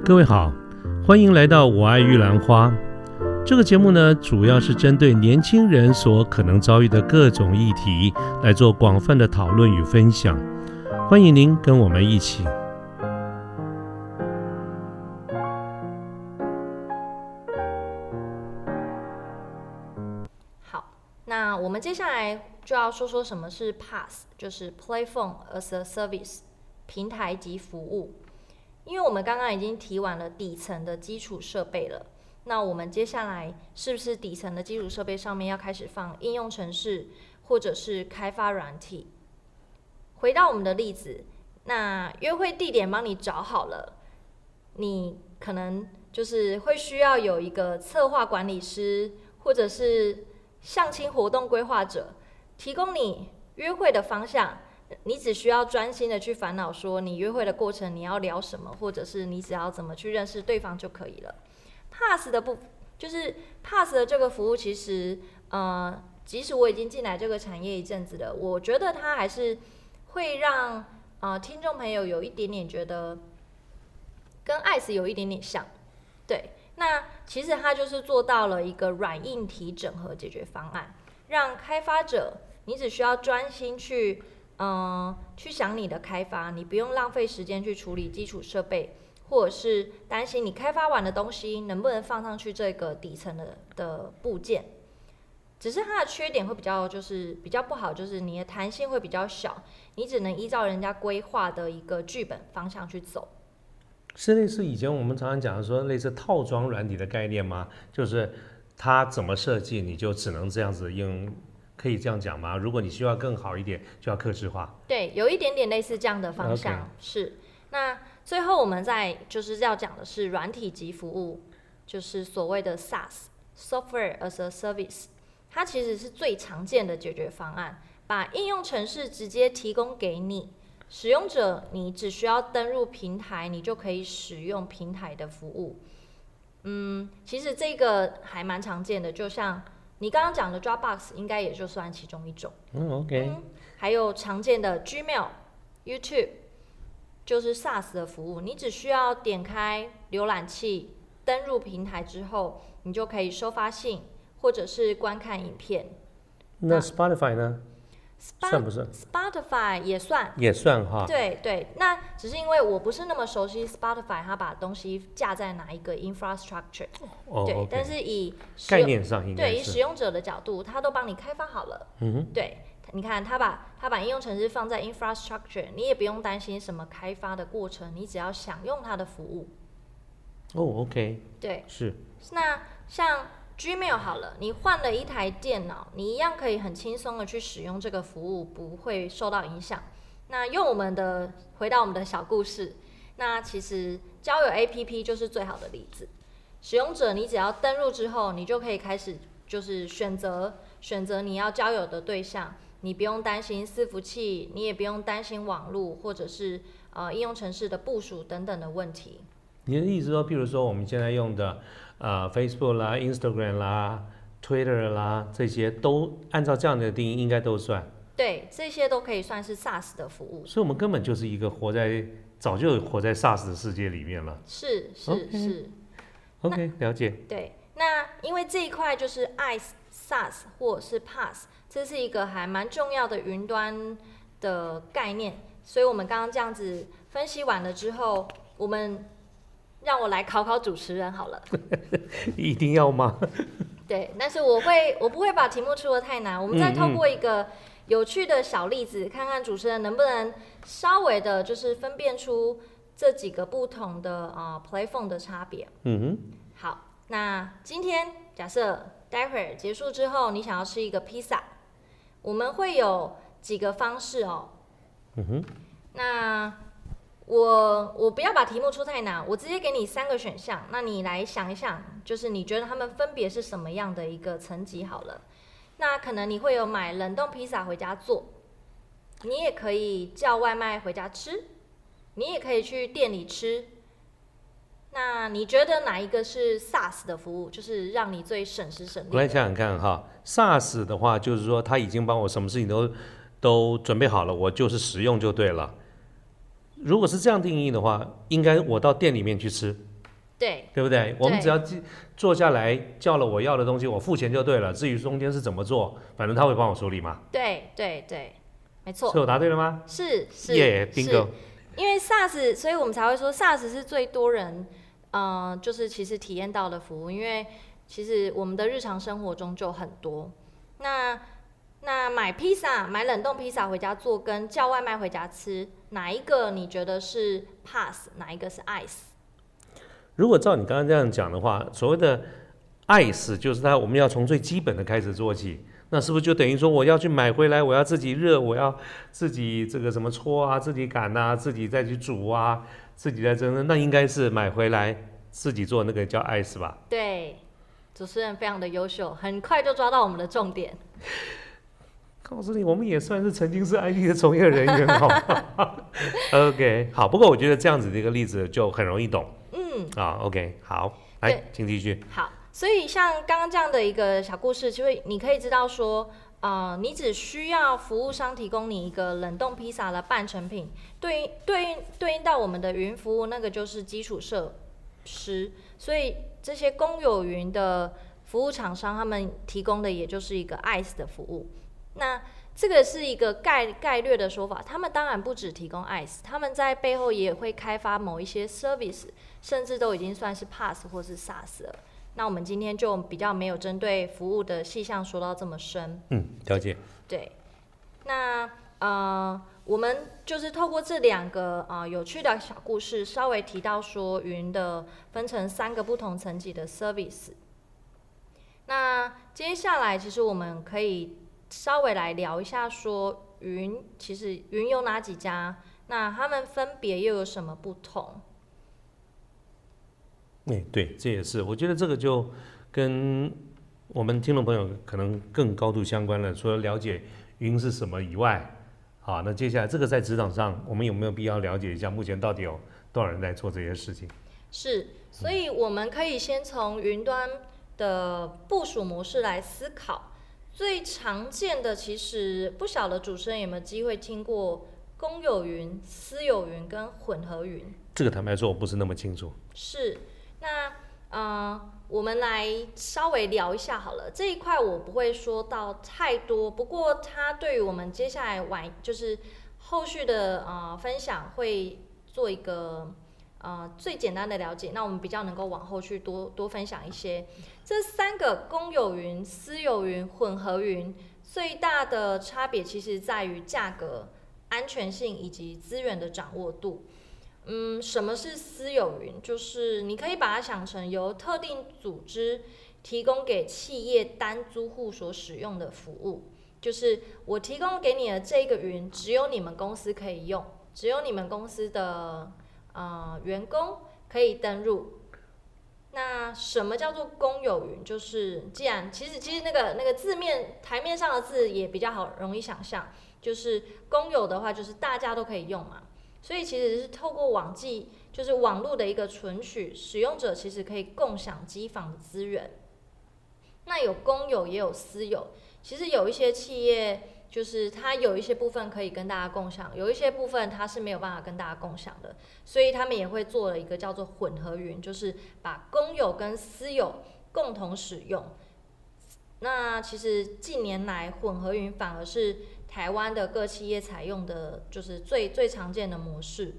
各位好，欢迎来到我爱玉兰花。这个节目呢，主要是针对年轻人所可能遭遇的各种议题来做广泛的讨论与分享。欢迎您跟我们一起。 好，那我们接下来就要说说什么是 PaaS， 就是 Platform as a Service， 平台及服务。因为我们刚刚已经提完了底层的基础设备了，那我们接下来是不是底层的基础设备上面要开始放应用程式或者是开发软体？回到我们的例子，那约会地点帮你找好了，你可能就是会需要有一个策划管理师或者是相亲活动规划者，提供你约会的方向。你只需要专心的去烦恼说你约会的过程你要聊什么，或者是你只要怎么去认识对方就可以了。PaaS 的就是 PaaS 的这个服务，其实即使我已经进来这个产业一阵子了，我觉得它还是会让听众朋友有一点点觉得跟 ICE 有一点点像。对，那其实它就是做到了一个软硬体整合解决方案，让开发者你只需要专心去想你的开发，你不用浪费时间去处理基础设备，或者是担心你开发完的东西能不能放上去这个底层的部件。只是它的缺点会比较不好，就是你的弹性会比较小，你只能依照人家规划的一个剧本方向去走。 是类似以前我们常常讲的说类似套装软体的概念吗？就是它怎么设计，你就只能这样子用。可以这样讲吗？如果你需要更好一点，就要客制化。 对，有一点点类似这样的方向。Okay. 是。那最后我们就是要讲的是软体及服务，就是所谓的 SaaS（Software as a Service）， 它其实是最常见的解决方案，把应用程式直接提供给你，使用者你只需要登入平台，你就可以使用平台的服务。其实这个还蛮常见的，就像你刚刚讲的 Dropbox 应该也就算其中一种。 OK。 还有常见的 Gmail、YouTube， 就是 SaaS 的服务，你只需要点开浏览器，登入平台之后，你就可以收发信或者是观看影片。 那 Spotify 呢？算不算 ？Spotify 也算， 也算哈。 对对，那只是因为我不是那么熟悉 Spotify， 它把东西架在哪一个 infrastructure，对， okay. 但是以概念上应该是对，以使用者的角度，它都帮你开发好了。对，你看它把应用程式放在 infrastructure， 你也不用担心什么开发的过程，你只要享用它的服务。 OK。 对， 是。 那像Gmail 好了，你换了一台电脑，你一样可以很轻松的去使用这个服务，不会受到影响。那回到我们的小故事，那其实交友 APP 就是最好的例子。使用者你只要登录之后，你就可以开始就是选择你要交友的对象，你不用担心伺服器，你也不用担心网络或者是应用程式的部署等等的问题。 你的意思说，譬如说我们现在用的Facebook 啦、Instagram 啦、Twitter 啦，这些都按照这样的定义应该都算。 对，这些都可以算是 SaaS 的服务。 所以我们根本就是一个早就活在 SaaS 的世界里面了。 是。 OK， 了解。 对，那因为这一块就是 ICE SaaS 或者是 PaaS， 这是一个还蛮重要的云端的概念，所以我们刚刚这样子分析完了之后，让我来考考主持人好了。 一定要吗？ 对，但是我不会把题目出得太难，我们再透过一个有趣的小例子，看看主持人能不能稍微的就是分辨出这几个不同的platform 的差别。好，那今天假设待会儿结束之后，你想要吃一个披萨，我们会有几个方式哦。那我不要把题目出太难，我直接给你3个选项，那你来想一想，就是你觉得他们分别是什么样的一个层级好了。那可能你会有买冷冻披萨回家做，你也可以叫外卖回家吃，你也可以去店里吃。那你觉得哪一个是 SaaS 的服务，就是让你最省时省力？ 我来想想看哈 ，SaaS 的话就是说他已经帮我什么事情都准备好了，我就是使用就对了。如果是这样定义的话，应该我到店里面去吃， 对， 对不对？我们只要坐下来叫了我要的东西，我付钱就对了。至于中间是怎么做，反正他会帮我处理嘛。 对对对，没错。 是我答对了吗？ 是耶，bingo。 因为 SaaS，所以我们才会说 SaaS 是最多人，就是其实体验到的服务，因为其实我们的日常生活中就很多。那买披萨，买冷冻披萨回家做，跟叫外卖回家吃，哪一个你觉得是 pass， 哪一个是 ice？ 如果照你刚刚这样讲的话，所谓的 ice 就是我们要从最基本的开始做起。那是不是就等于说我要去买回来，我要自己热，我要自己这个什么搓啊，自己擀啊，自己再去煮啊，自己再蒸？那应该是买回来自己做那个叫 ice 吧？ 对，主持人非常的优秀，很快就抓到我们的重点。 告诉你，我们也算是曾经是 IT 的从业人员，好吗？OK， 好。不过我觉得这样子的一个例子就很容易懂。OK， 好，来，请继续。 好。所以像刚刚这样的一个小故事，就会你可以知道说，你只需要服务商提供你一个冷冻披萨的半成品，对应到我们的云服务，那个就是基础设施。所以这些公有云的服务厂商，他们提供的也就是一个 IaaS 的服务。那这个是一个概略的说法，他们当然不只提供 IaaS， 他们在背后也会开发某一些 service， 甚至都已经算是 PaaS 或是 SaaS 了。那我们今天就比较没有针对服务的细项说到这么深。 了解。 对，那我们就是透过这两个有趣的小故事，稍微提到说云的分成3个不同层级的 service。那接下来其实我们可以稍微来聊一下说其实云有哪几家，那他们分别又有什么不同？ 对，这也是，我觉得这个就跟我们听众朋友可能更高度相关了。除了了解云是什么以外，那接下来这个在职场上，我们有没有必要了解一下，目前到底有多少人在做这些事情？ 是，所以我们可以先从云端的部署模式来思考。最常见的，其实不晓得主持人有没有机会听过公有云、私有云跟混合云？ 这个坦白说，我不是那么清楚。 是。那我们来稍微聊一下好了。这一块我不会说到太多，不过它对于我们接下来就是后续的分享会做一个最简单的了解。那我们比较能够往后去多分享一些。这3个公有云、私有云、混合云最大的差别其实在于价格、安全性以及资源的掌握度。什么是私有云？就是你可以把它想成由特定组织提供给企业单租户所使用的服务，就是我提供给你的这个云，只有你们公司可以用，只有你们公司的员工可以登入。那什么叫做公有云？就是既然其实那个字面台面上的字也比较容易想象，就是公有的话就是大家都可以用嘛。所以其实是透过就是网络的一个存取，使用者其实可以共享机房的资源。那有公有也有私有，其实有一些企业就是它有一些部分可以跟大家共享，有一些部分它是没有办法跟大家共享的，所以他们也会做了一个叫做混合云，就是把公有跟私有共同使用。那其实近年来混合云反而是台湾的各企业采用的就是最常见的模式。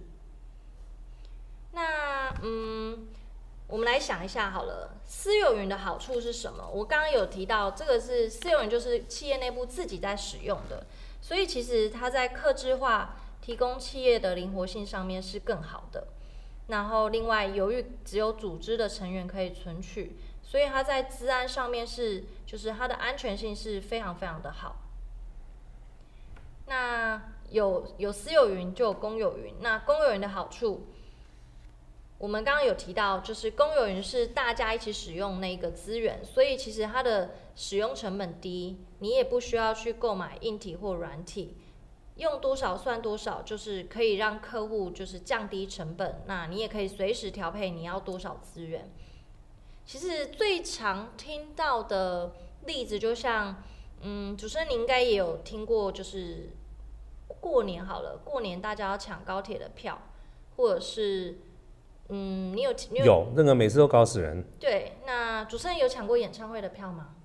那我们来想一下好了，私有云的好处是什么？我刚刚有提到，这个是私有云，就是企业内部自己在使用的，所以其实它在客制化、提供企业的灵活性上面是更好的。然后另外，由于只有组织的成员可以存取，所以它在资安上面就是它的安全性是非常非常的好。那有私有云就有公有云，那公有云的好处，我们刚刚有提到，就是公有云是大家一起使用那个资源，所以其实它的使用成本低，你也不需要去购买硬体或软体，用多少算多少，就是可以让客户就是降低成本，那你也可以随时调配你要多少资源。其实最常听到的例子就像主持人你应该也有听过，就是过年好了，过年大家要抢高铁的票，或者是有那个每次都搞死人。 对，那主持人有抢过演唱会的票吗？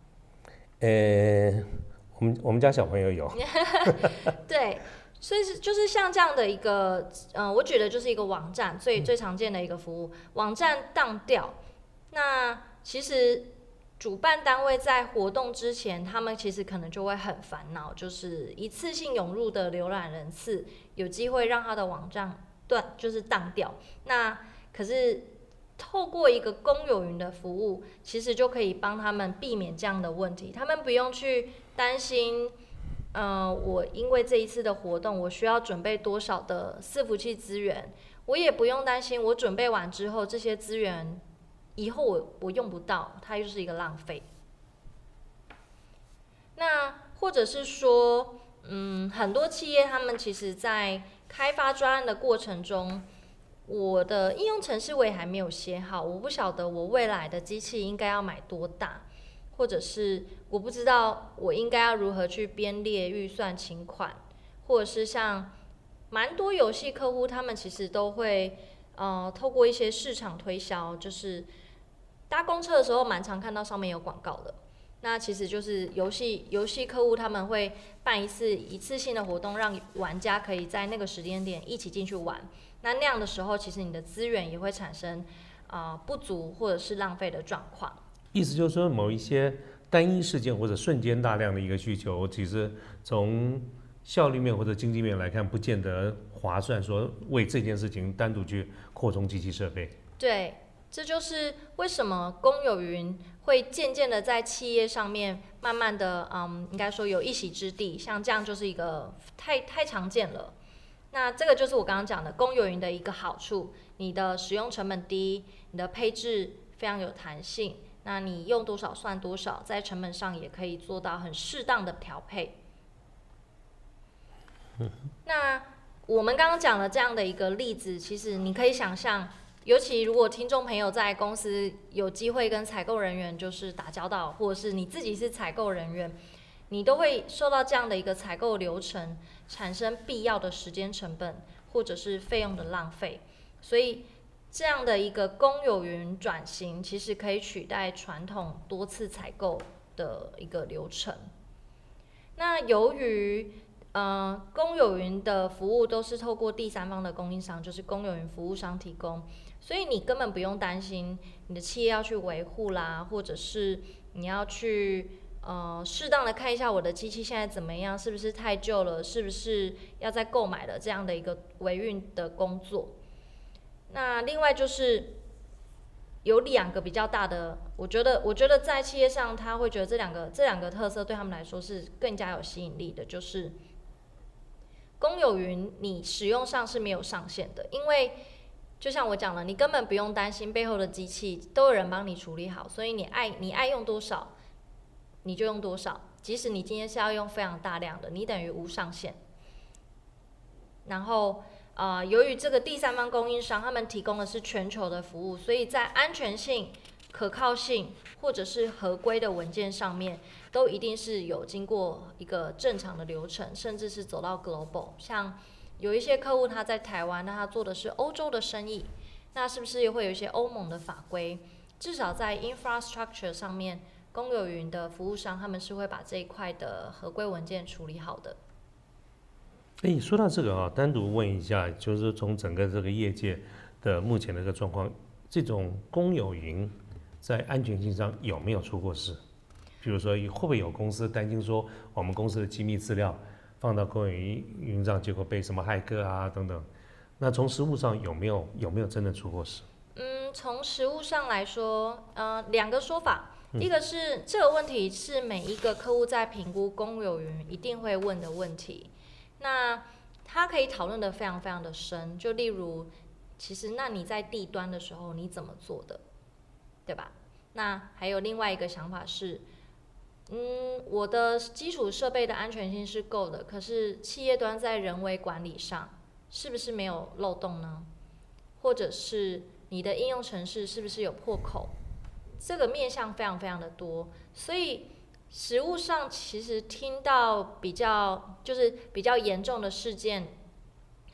我们家小朋友有。 对，所以就是像这样的一个，我举的就是一个网站最常见的一个服务，网站当掉。那其实主办单位在活动之前，他们其实可能就会很烦恼，就是一次性涌入的浏览人次，有机会让他的网站就是当掉。那可是透过一个公有云的服务，其实就可以帮他们避免这样的问题，他们不用去担心。我因为这一次的活动，我需要准备多少的伺服器资源，我也不用担心我准备完之后这些资源以后我用不到，它又是一个浪费。那或者是说，很多企业他们其实在开发专案的过程中，我的应用程式我也还没有写好，我不晓得我未来的机器应该要买多大，或者是我不知道我应该要如何去编列预算请款，或者是像蛮多游戏客户他们其实都会透过一些市场推销，就是搭公车的时候蛮常看到上面有广告的。那其实就是游戏客户他们会办一次性的活动，让玩家可以在那个时间点一起进去玩。那样的时候，其实你的资源也会产生不足或者是浪费的状况。 意思就是说，某一些单一事件或者瞬间大量的一个需求，其实从效率面或者经济面来看，不见得划算，说为这件事情单独去扩充机器设备。 对，这就是为什么公有云会渐渐的在企业上面慢慢的，应该说有一席之地。像这样就是一个太常见了。那这个就是我刚刚讲的公有云的一个好处，你的使用成本低，你的配置非常有弹性。那你用多少算多少，在成本上也可以做到很适当的调配。那我们刚刚讲了这样的一个例子，其实你可以想象，尤其如果听众朋友在公司有机会跟采购人员就是打交道，或者是你自己是采购人员，你都会受到这样的一个采购流程产生必要的时间成本，或者是费用的浪费。所以这样的一个公有云转型，其实可以取代传统多次采购的一个流程。那由于公有云的服务都是透过第三方的供应商，就是公有云服务商提供，所以你根本不用担心你的企业要去维护啦，或者是你要去适当的看一下我的机器现在怎么样，是不是太旧了，是不是要再购买了这样的一个维运的工作。那另外就是有两个比较大的，我觉得在企业上，他会觉得这两个特色对他们来说是更加有吸引力的，就是公有云你使用上是没有上限的，因为就像我讲了，你根本不用担心背后的机器都有人帮你处理好，所以你爱用多少你就用多少，即使你今天是要用非常大量的，你等于无上限。然后由于这个第三方供应商他们提供的是全球的服务，所以在安全性、可靠性或者是合规的文件上面，都一定是有经过一个正常的流程，甚至是走到 global。像有一些客户他在台湾，那他做的是欧洲的生意，那是不是也会有一些欧盟的法规？至少在 infrastructure 上面，公有云的服务商他们是会把这一块的合规文件处理好的。 说到这个单独问一下，就是从整个这个业界的目前的这个状况，这种公有云在安全性上有没有出过事？比如说，会不会有公司担心说，我们公司的机密资料放到公有云上，结果被什么骇客啊等等？那从实务上有没有真的出过事？ 从实务上来说，两个说法。一个是这个问题是每一个客户在评估公有云一定会问的问题。那他可以讨论的非常非常的深，就例如，其实那你在地端的时候你怎么做的，对吧？那还有另外一个想法是，我的基础设备的安全性是够的，可是企业端在人为管理上是不是没有漏洞呢？或者是你的应用程式是不是有破口？这个面向非常非常的多，所以实务上其实听到比较严重的事件，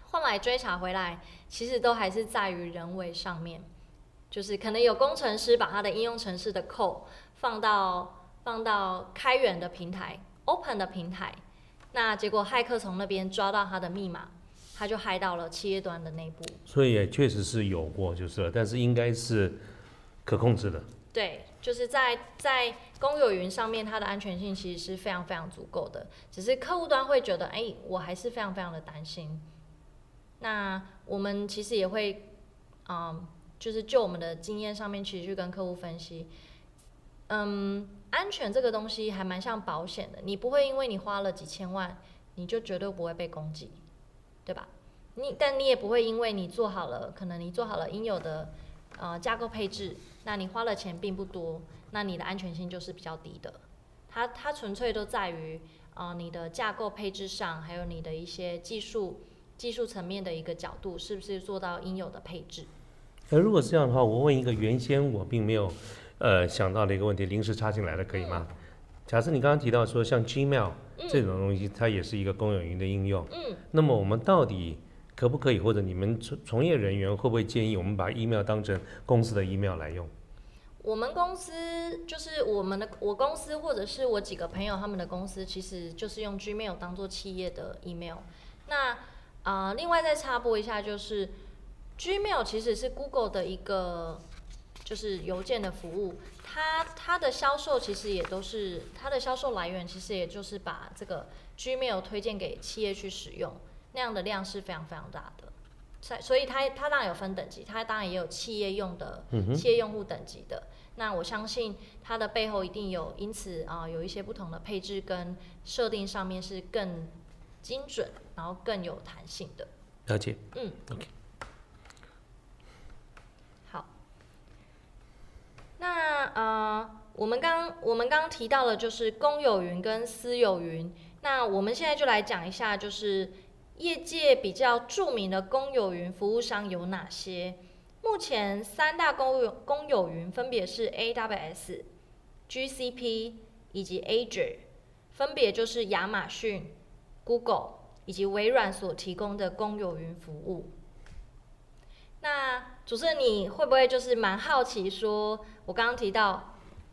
后来追查回来，其实都还是在于人为上面，就是可能有工程师把他的应用程式的 code 放到开源的平台 open 的平台，那结果骇客从那边抓到他的密码，他就骇到了企业端的内部。 所以也确实是有过，就是了，但是应该是可控制的。 对，就是在公有云上面，它的安全性其实是非常非常足够的，只是客户端会觉得，我还是非常非常的担心。那我们其实也会，就是就我们的经验上面，其实去跟客户分析，安全这个东西还蛮像保险的，你不会因为你花了几千万，你就绝对不会被攻击，对吧？但你也不会因为你做好了，可能你做好了应有的架构配置，那你花了钱并不多，那你的安全性就是比较低的。它纯粹都在于你的架构配置上，还有你的一些技术层面的一个角度，是不是做到应有的配置？ 如果是这样的话，我问一个原先我并没有想到的一个问题，临时插进来的可以吗？假设你刚刚提到说像 Gmail 这种东西，它也是一个公有云的应用，那么我们到底可不可以，或者你们从业人员会不会建议我们把 email 当成公司的 email 来用？ 我们公司就是我公司或者是我几个朋友他们的公司，其实就是用 Gmail 当做企业的 email。那另外再插播一下，就是 Gmail 其实是 Google 的一个就是邮件的服务，它的销售其实也都是它的销售来源，其实也就是把这个 Gmail 推荐给企业去使用，那样的量是非常非常大的。所以它当然有分等级，它当然也有企业用的企业用户等级的。那我相信它的背后一定有，因此有一些不同的配置跟设定上面是更精准，然后更有弹性的。 了解。 OK。好。那我们刚提到的就是公有云跟私有云。那我们现在就来讲一下，就是业界比较著名的公有云服务商有哪些？目前3大公有云分别是 AWS、GCP 以及 Azure， 分别就是亚马逊、Google 以及微软所提供的公有云服务。那主持人你会不会就是蛮好奇说，我刚刚提到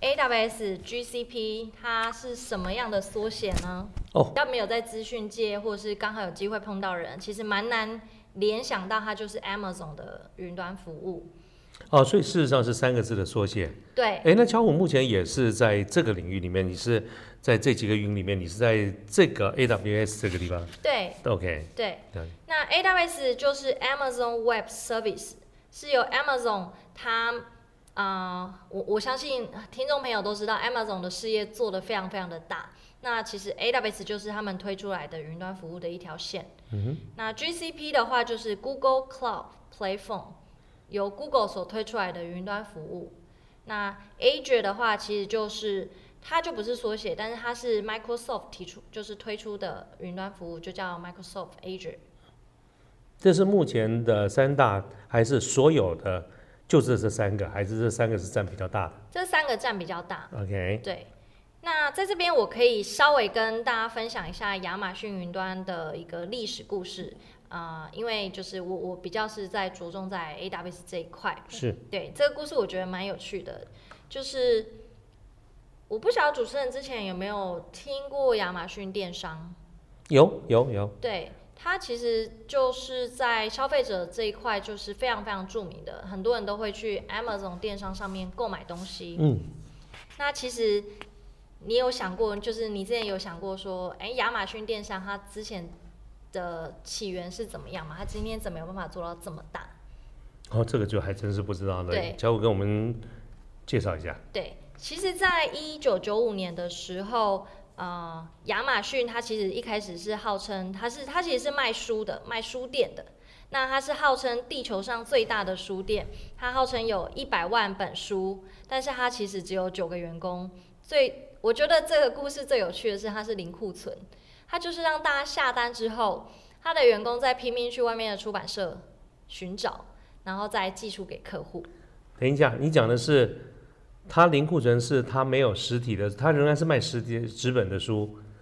AWS、GCP 它是什么样的缩写呢？要没有在资讯界或者是刚好有机会碰到人，其实蛮难联想到它就是 Amazon 的云端服务。 所以事实上是3个字的缩写。 对。 那巧虎目前也是在这个领域里面，你是在这几个云里面，你是在这个 AWS 这个地方。 对。 OK。 对。那 AWS 就是 Amazon Web Service， 是由 Amazon 它我相信听众朋友都知道 Amazon 的事业做得非常非常的大。那其实 AWS 就是他们推出来的云端服务的一条线。那 GCP 的话就是 Google Cloud Platform， 由 Google 所推出来的云端服务。那 Azure 的话其实就是它就不是缩写，但是它是 Microsoft 就是推出的云端服务，就叫 Microsoft Azure。 这是目前的3大，还是所有的就是这3个，还是这3个是占比较大的？ 这3个占比较大。 OK。 对。那在这边我可以稍微跟大家分享一下亚马逊云端的一个历史故事，因为就是我比较是在着重在 AWS 这一块。 是。对， 这个故事我觉得蛮有趣的，就是我不晓得主持人之前有没有听过亚马逊电商？ 有。 对，它其实就是在消费者这一块就是非常非常著名的，很多人都会去 Amazon 电商上面购买东西。那其实你有想过，就是你之前有想过说，亚马逊电商它之前的起源是怎么样吗？它今天怎么有办法做到这么大？ 这个就还真是不知道了。 对， 小虎跟我们介绍一下。 对，其实在1995年的时候，亚马逊它其实一开始是号称它其实是卖书的，卖书店的。那它是号称地球上最大的书店，它号称有100万本书，但是它其实只有9个员工。所以我觉得这个故事最有趣的是，它是零库存，它就是让大家下单之后，他的员工再拼命去外面的出版社寻找，然后再寄出给客户。 等一下，你讲的是他零库存，是他没有实体的，他仍然是卖纸本的书，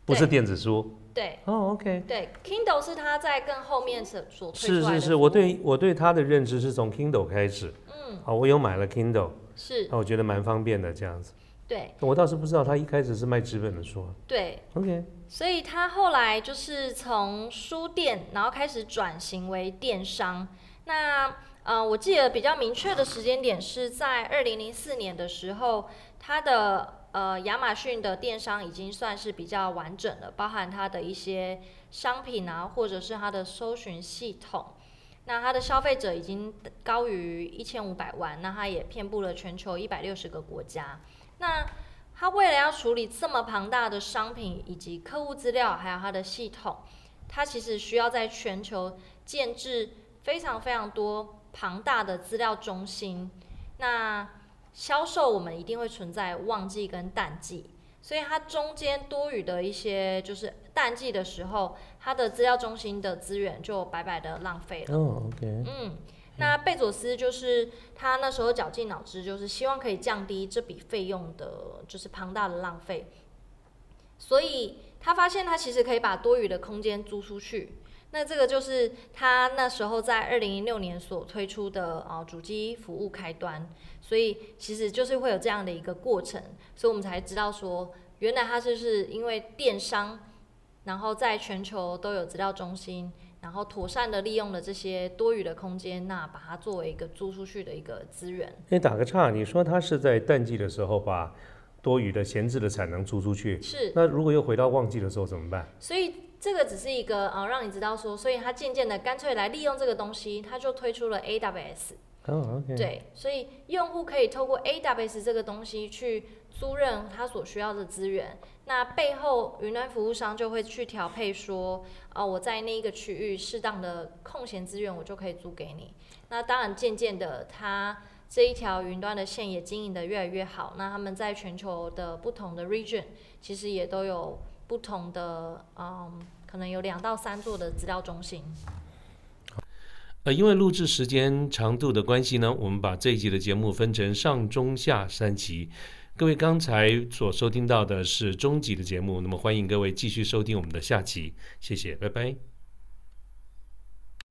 不是电子书。 对， OK， 对 ，Kindle 是它在更后面所推出来的。 是，我对它的认知是从 Kindle 开始。我有买了 Kindle， 是， 我觉得蛮方便的这样子。 对， 我倒是不知道他一开始是卖纸本的书。 对 ，OK， 所以他后来就是从书店，然后开始转型为电商。那我记得比较明确的时间点是在2004年的时候，他的亚马逊的电商已经算是比较完整了，包含它的一些商品啊，或者是它的搜寻系统。那它的消费者已经高于1500万，那它也遍布了全球160个国家。那它为了要处理这么庞大的商品以及客户资料，还有它的系统，它其实需要在全球建置非常非常多庞大的资料中心。那销售我们一定会存在旺季跟淡季，所以它中间多余的一些就是淡季的时候，它的资料中心的资源就白白的浪费了。 OK， 那贝佐斯就是他那时候绞尽脑汁，就是希望可以降低这笔费用的，就是庞大的浪费。所以他发现他其实可以把多余的空间租出去。那这个就是他那时候在2006年所推出的主机服务开端。所以其实就是会有这样的一个过程，所以我们才知道说，原来他就是因为电商，然后在全球都有资料中心。然后妥善的利用了这些多余的空间，那把它作为一个租出去的一个资源。 打个岔，你说它是在淡季的时候把多余的闲置的产能租出去， 是。 那如果又回到旺季的时候怎么办？ 所以这个只是一个让你知道说，所以他渐渐的干脆来利用这个东西，他就推出了 AWS。 OK。 对，所以用户可以透过 AWS 这个东西去租赁他所需要的资源。那背后云端服务商就会去调配说，我在那一个区域适当的空闲资源，我就可以租给你。那当然，渐渐的，它这一条云端的线也经营的越来越好。那他们在全球的不同的 region， 其实也都有不同的，可能有2到3座的资料中心。 因为录制时间长度的关系呢，我们把这一集的节目分成上中下3集。各位刚才所收听到的是中集的节目，那么欢迎各位继续收听我们的下集，谢谢，拜拜。